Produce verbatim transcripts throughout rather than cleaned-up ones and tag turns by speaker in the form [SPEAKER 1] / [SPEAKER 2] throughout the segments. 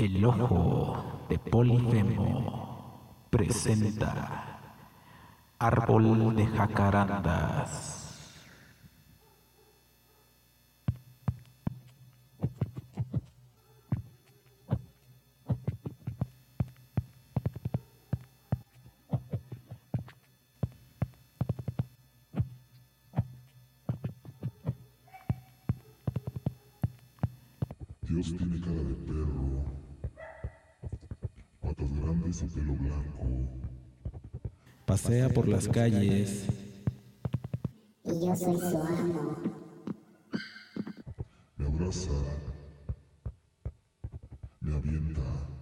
[SPEAKER 1] El ojo de Polifemo presenta Árbol de Jacarandas.
[SPEAKER 2] Dios tiene cara de perro, patas grandes y pelo blanco.
[SPEAKER 3] Pasea por las calles.
[SPEAKER 4] Y yo soy su amo.
[SPEAKER 2] Me abraza, me avienta.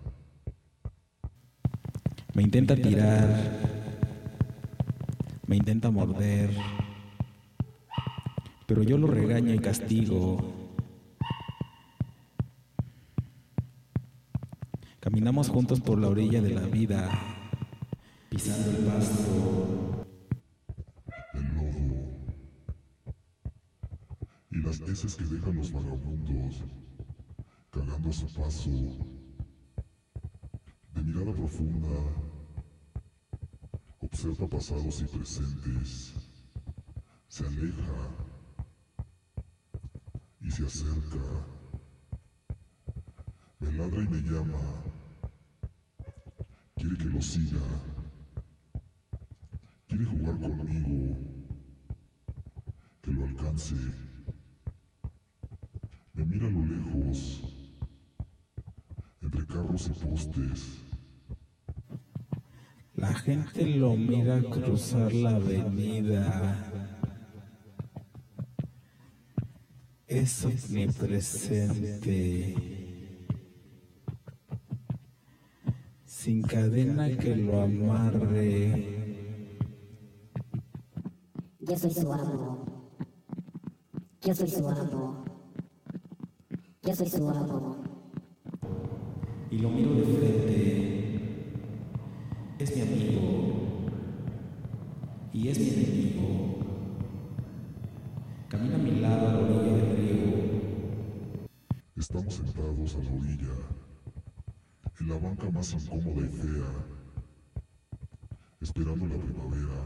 [SPEAKER 3] Me intenta tirar. Me intenta morder. Pero yo lo regaño y castigo. Caminamos juntos por la orilla de la vida, pisando el pasto,
[SPEAKER 2] El lodo y las heces que dejan los vagabundos, cagando a su paso. De mirada profunda, observa pasados y presentes, se aleja y se acerca, me ladra y me llama, quiere que lo siga, quiere jugar conmigo, que lo alcance. Me mira a lo lejos, entre carros y postes.
[SPEAKER 3] la gente lo mira cruzar la avenida. Es omnipresente, sin cadena que lo amarre.
[SPEAKER 4] Yo soy su amo. Yo soy su amo. Yo soy su amo.
[SPEAKER 3] Y lo miro de frente. Es mi amigo y es mi enemigo. Camina a mi lado a la orilla del río.
[SPEAKER 2] Estamos sentados a la orilla, en la banca más incómoda y fea, esperando la primavera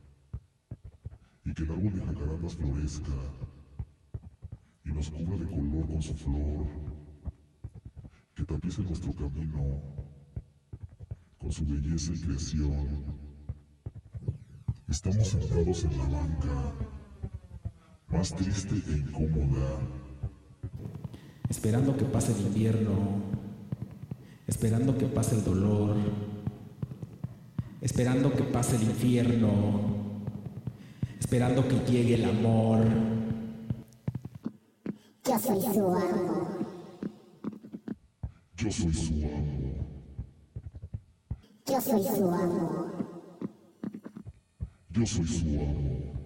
[SPEAKER 2] y que el árbol de jacarandas florezca y nos cubra de color con su flor, que tapice nuestro camino con su belleza y creación. Estamos sentados en la banca, más triste e incómoda,
[SPEAKER 3] Esperando que pase el invierno, esperando que pase el dolor, esperando que pase el infierno, esperando que llegue el amor.
[SPEAKER 4] Yo soy su amo.
[SPEAKER 2] yo soy su amo,
[SPEAKER 4] Yo soy su amo.
[SPEAKER 2] yo soy su amo.